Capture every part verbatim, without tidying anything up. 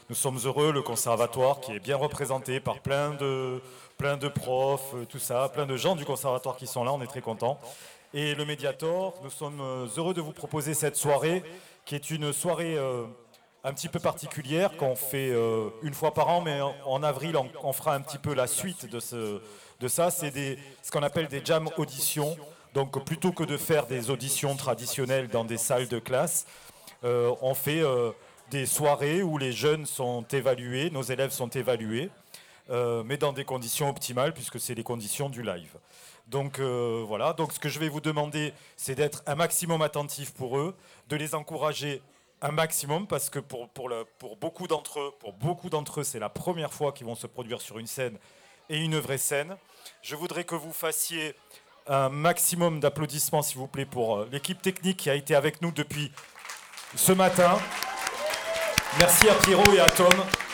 nous sommes heureux, le conservatoire qui est bien représenté par plein de, plein de profs, tout ça, plein de gens du conservatoire qui sont là, on est très contents. Et le Mediator, nous sommes heureux de vous proposer cette soirée qui est une soirée euh, un petit peu particulière qu'on fait euh, une fois par an, mais en, en avril on, on fera un petit peu la suite de, ce, de ça. C'est des, ce qu'on appelle des jam auditions. Donc plutôt que de faire des auditions traditionnelles dans des salles de classe, euh, on fait euh, des soirées où les jeunes sont évalués, nos élèves sont évalués, euh, mais dans des conditions optimales puisque c'est les conditions du live. Donc euh, voilà, donc ce que je vais vous demander, c'est d'être un maximum attentif pour eux, de les encourager un maximum parce que pour, pour, le, pour beaucoup d'entre eux, pour beaucoup d'entre eux, c'est la première fois qu'ils vont se produire sur une scène et une vraie scène. Je voudrais que vous fassiez un maximum d'applaudissements, s'il vous plaît, pour l'équipe technique qui a été avec nous depuis ce matin. Merci à Pierrot et à Tom.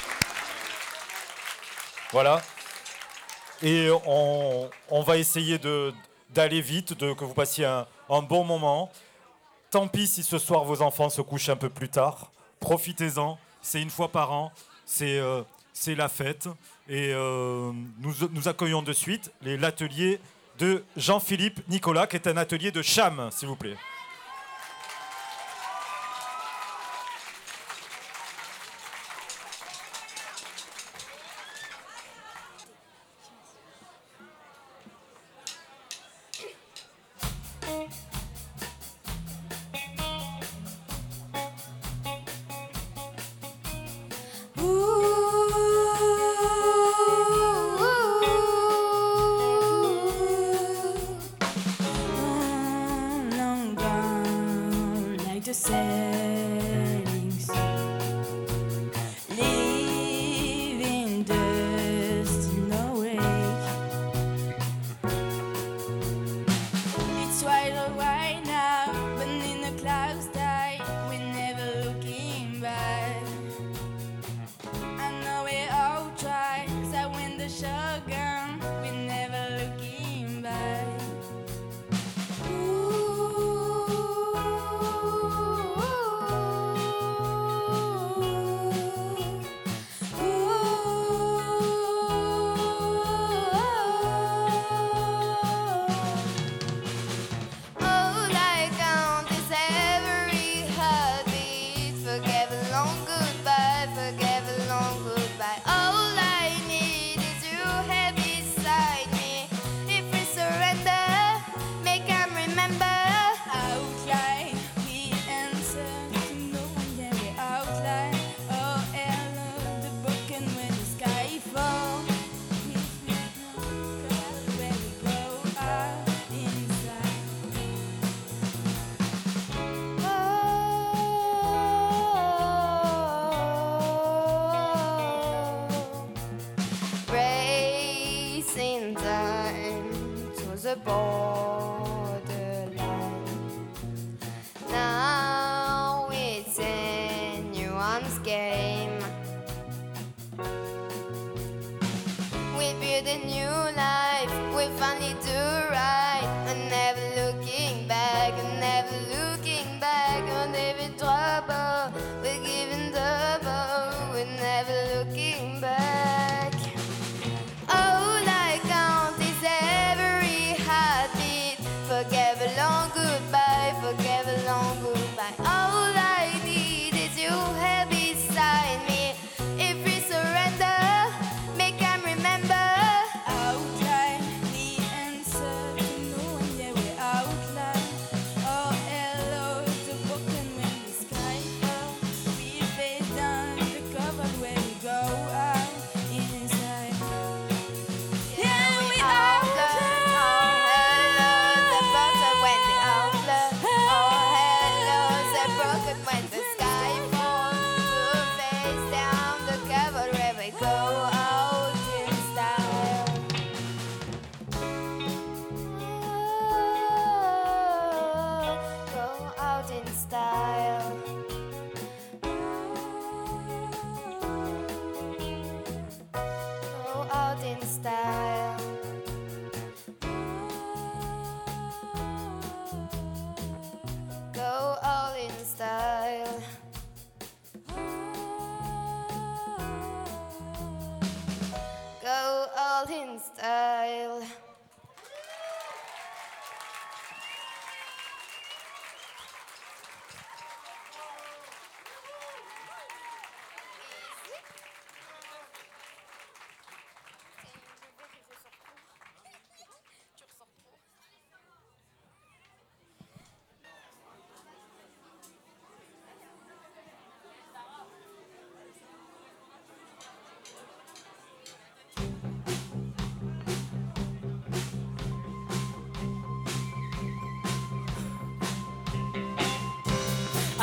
Voilà. Et on, on va essayer de, d'aller vite, de, que vous passiez un, un bon moment. Tant pis si ce soir vos enfants se couchent un peu plus tard. Profitez-en, c'est une fois par an, c'est, euh, c'est la fête. Et euh, nous, nous accueillons de suite les, l'atelier de Jean-Philippe Nicolas, qui est un atelier de cham, s'il vous plaît. the borderline. Now it's anyone's game. We build a new life, we finally do right. And never looking back, and never looking back. On every trouble, we're giving double. We're never looking back. All I count is every heartbeat.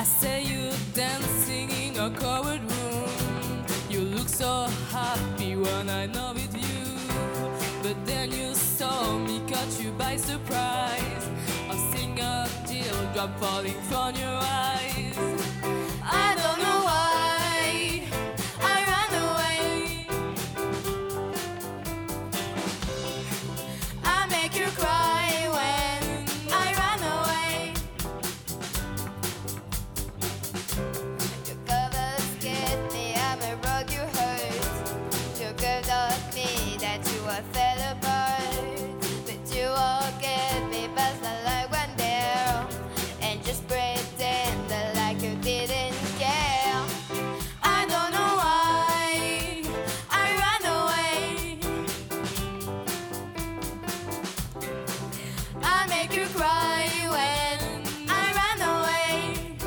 say you dancing in a covered room. You look so happy when I'm not with you. But then you saw me, caught you by surprise. A single teardrop falling from your eyes. I don't know why I ran away. I make you cry when I run away. Your cover scared me, I'm a broke you hurt. You could taught me that you were fell apart. But you won't get me past the like one there. And just pretend like you didn't care. I don't know why I ran away. I make you cry when I ran away.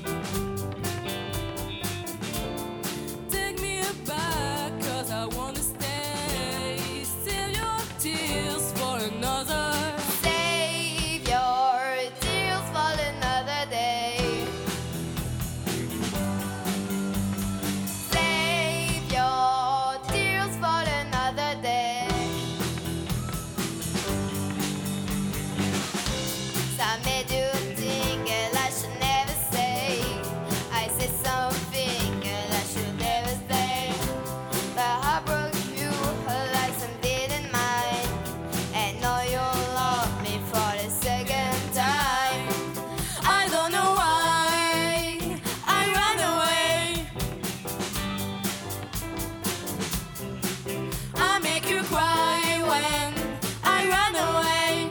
Take me back, cause I wanna stay. Save your tears for another. Save your tears for another day. Save your tears for another day. Ça made you think that I should never say. I said something that I should never say. But I broke you like some didn't mind. And now you love me for the second time. I don't know why I ran away. I make you cry when I run away.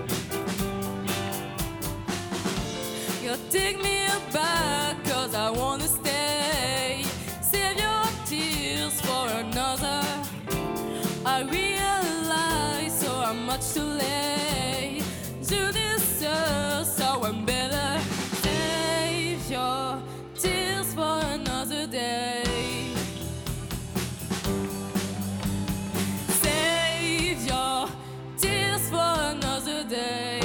You take me back, cause I wanna stay. Save your tears for another. I realize so I'm much too late. You deserve someone better. Save your tears for another day. Save your tears for another day.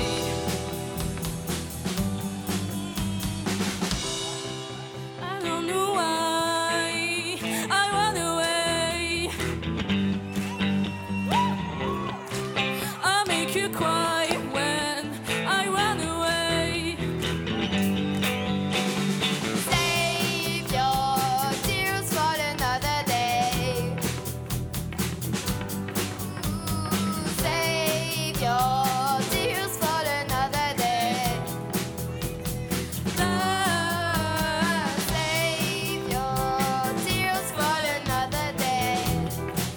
I don't know why I run away. I make you cry when I run away. Save your tears for another day. Ooh, save your tears for another day. Ah, Save your tears for another day.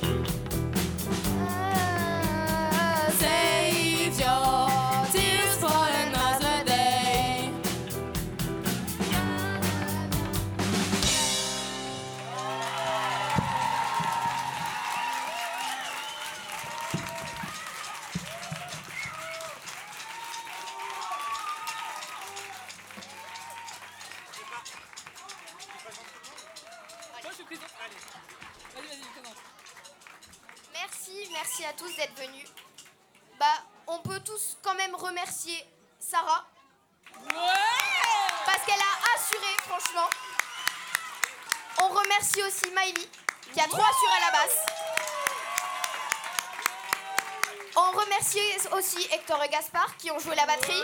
Ah, save your tears for another day. Merci, merci à tous d'être venus. Bah, on peut tous quand même remercier Sarah. Parce qu'elle a assuré, franchement. On remercie aussi Miley, qui a trop assuré à la basse. On remercie aussi Hector et Gaspard, qui ont joué la batterie.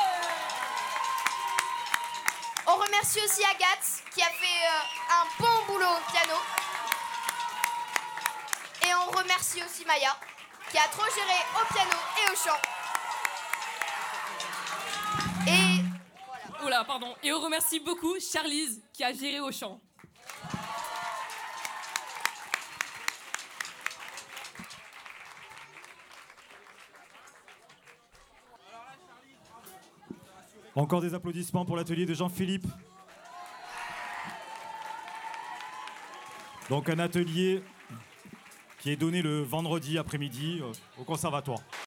On remercie aussi Agathe, qui a fait euh, un bon boulot au piano. Et on remercie aussi Maya, qui a trop géré au piano et au chant. Et voilà. Oula, pardon. Et on remercie beaucoup Charlize qui a géré au chant. Encore des applaudissements pour l'atelier de Jean-Philippe. Donc un atelier qui est donné le vendredi après-midi au conservatoire.